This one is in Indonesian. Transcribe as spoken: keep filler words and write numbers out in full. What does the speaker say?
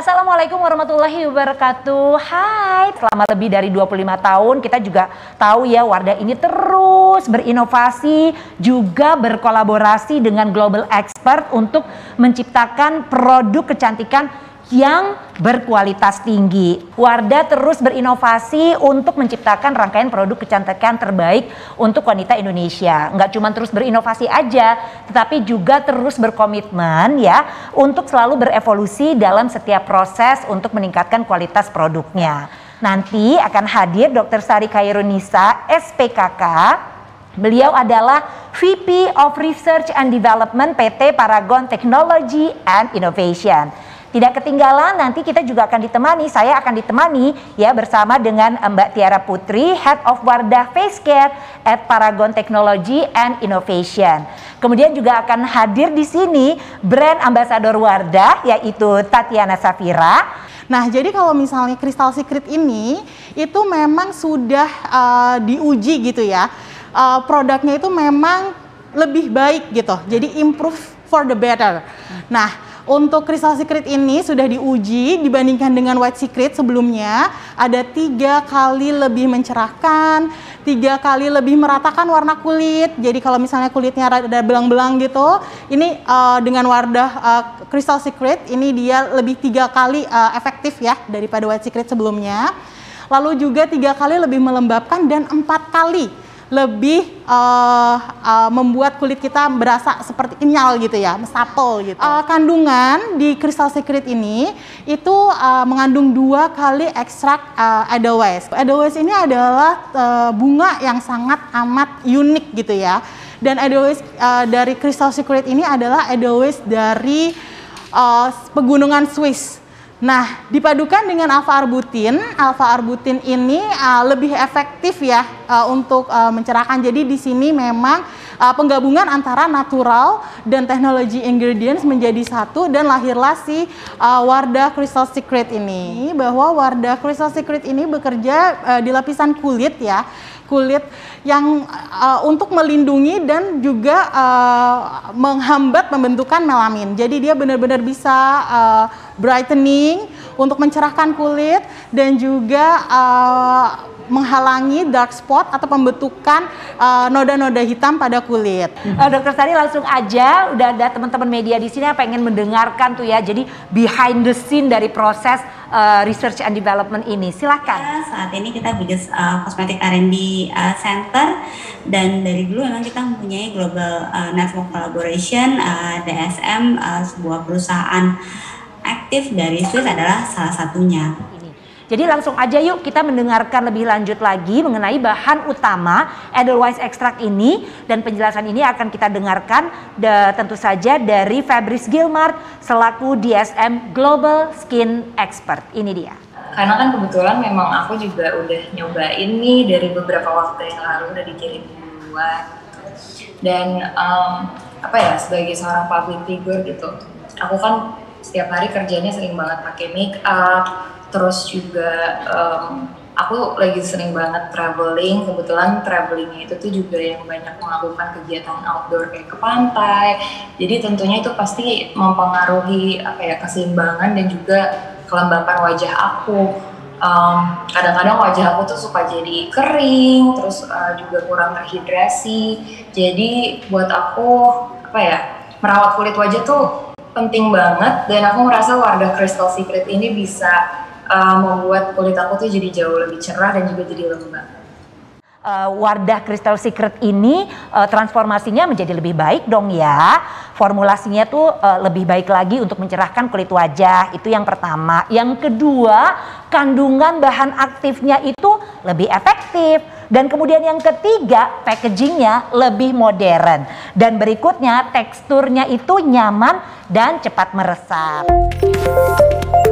Assalamualaikum warahmatullahi wabarakatuh. Hai, selama lebih dari dua puluh lima tahun kita juga tahu ya Wardah ini terus berinovasi, juga berkolaborasi dengan global expert untuk menciptakan produk kecantikan yang berkualitas tinggi. Wardah terus berinovasi untuk menciptakan rangkaian produk kecantikan terbaik untuk wanita Indonesia. Nggak cuma terus berinovasi aja, tetapi juga terus berkomitmen ya untuk selalu berevolusi dalam setiap proses untuk meningkatkan kualitas produknya. Nanti akan hadir dokter Sari Khairunisa, S P K K. Beliau adalah V P of Research and Development P T Paragon Technology and Innovation. Tidak ketinggalan, nanti kita juga akan ditemani, saya akan ditemani ya bersama dengan Mbak Tiara Putri, Head of Wardah Face Care at Paragon Technology and Innovation. Kemudian juga akan hadir di sini brand ambassador Wardah, yaitu Tatiana Safira. Nah, jadi kalau misalnya Crystal Secret ini itu memang sudah uh, diuji gitu ya, uh, produknya itu memang lebih baik gitu, jadi improve for the better. Nah, untuk Crystal Secret ini sudah diuji dibandingkan dengan White Secret sebelumnya, ada tiga kali lebih mencerahkan, tiga kali lebih meratakan warna kulit. Jadi kalau misalnya kulitnya ada belang-belang gitu, ini uh, dengan Wardah uh, Crystal Secret ini dia lebih tiga kali uh, efektif ya daripada White Secret sebelumnya. Lalu juga tiga kali lebih melembabkan dan empat kali lebih uh, uh, membuat kulit kita berasa seperti kenyal gitu ya, supple gitu. Uh, kandungan di Crystal Secret ini itu uh, mengandung dua kali ekstrak uh, Edelweiss. Edelweiss ini adalah uh, bunga yang sangat amat unik gitu ya. Dan Edelweiss uh, dari Crystal Secret ini adalah Edelweiss dari uh, pegunungan Swiss. Nah, dipadukan dengan alfa-arbutin, alfa-arbutin ini uh, lebih efektif ya uh, untuk uh, mencerahkan. Jadi di sini memang uh, penggabungan antara natural dan teknologi ingredients menjadi satu dan lahirlah si uh, Wardah Crystal Secret ini. Bahwa Wardah Crystal Secret ini bekerja uh, di lapisan kulit ya, kulit yang uh, untuk melindungi dan juga uh, menghambat pembentukan melanin. Jadi dia benar-benar bisa uh, brightening untuk mencerahkan kulit dan juga uh, menghalangi dark spot atau pembentukan noda-noda uh, hitam pada kulit. Uh, Dokter Sari langsung aja, udah ada teman-teman media di sini yang pengen mendengarkan tuh ya. Jadi behind the scene dari proses uh, research and development ini, silakan. Ya, saat ini kita Bujas uh, Cosmetic R and D uh, Center, dan dari dulu memang kita mempunyai global uh, network collaboration. uh, D S M, uh, sebuah perusahaan aktif dari Swiss adalah salah satunya. Jadi langsung aja yuk kita mendengarkan lebih lanjut lagi mengenai bahan utama Edelweiss Extract ini, dan penjelasan ini akan kita dengarkan de, tentu saja dari Fabrice Gilmart selaku D S M Global Skin Expert. Ini dia. Karena kan kebetulan memang aku juga udah nyobain nih dari beberapa waktu yang lalu, udah dikirim duluan dan um, apa ya, sebagai seorang public figure gitu, aku kan setiap hari kerjanya sering banget pakai make up, terus juga um, aku lagi sering banget traveling. Kebetulan travelingnya itu tuh juga yang banyak melakukan kegiatan outdoor kayak ke pantai, jadi tentunya itu pasti mempengaruhi apa ya, keseimbangan dan juga kelembapan wajah aku. Um, kadang-kadang wajah aku tuh suka jadi kering, terus uh, juga kurang terhidrasi. Jadi buat aku apa ya, merawat kulit wajah tuh penting banget, dan aku merasa Wardah Crystal Secret ini bisa uh, membuat kulit aku tuh jadi jauh lebih cerah dan juga jadi lembab. Uh, Wardah Crystal Secret ini uh, transformasinya menjadi lebih baik dong ya. Formulasinya tuh uh, lebih baik lagi untuk mencerahkan kulit wajah, itu yang pertama. Yang kedua, kandungan bahan aktifnya itu lebih efektif. Dan kemudian yang ketiga, packagingnya lebih modern. Dan berikutnya, teksturnya itu nyaman dan cepat meresap.